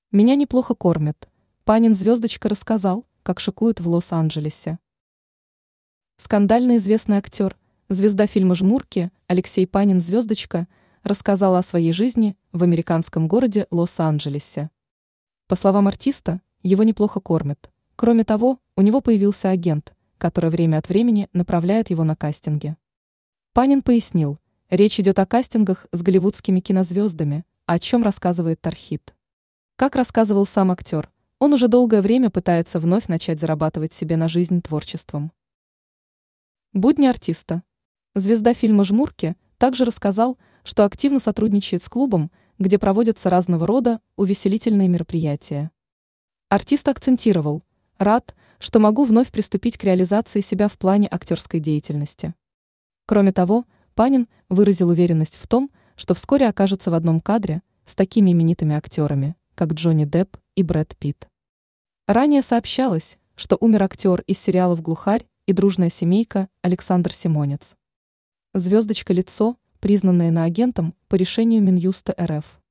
Меня неплохо кормят. Панин звездочка рассказал, как шикует в Лос-Анджелесе. Скандально известный актер, звезда фильма «Жмурки» Алексей Панин звездочка рассказал о своей жизни в американском городе Лос-Анджелесе. По словам артиста, его неплохо кормят. Кроме того, у него появился агент, который время от времени направляет его на кастинги. Панин пояснил, речь идет о кастингах с голливудскими кинозвездами, о чем рассказывает Тархит. Как рассказывал сам актер, он уже долгое время пытается вновь начать зарабатывать себе на жизнь творчеством. Будни артиста. Звезда фильма «Жмурки» также рассказал, что активно сотрудничает с клубом, где проводятся разного рода увеселительные мероприятия. Артист акцентировал: «Рад, что могу вновь приступить к реализации себя в плане актерской деятельности». Кроме того, Панин выразил уверенность в том, что вскоре окажется в одном кадре с такими именитыми актерами, как Джонни Депп и Брэд Питт. Ранее сообщалось, что умер актер из сериалов «Глухарь» и «Дружная семейка» Александр Симонец. Звездочка лицо, признанное иноагентом по решению Минюста РФ.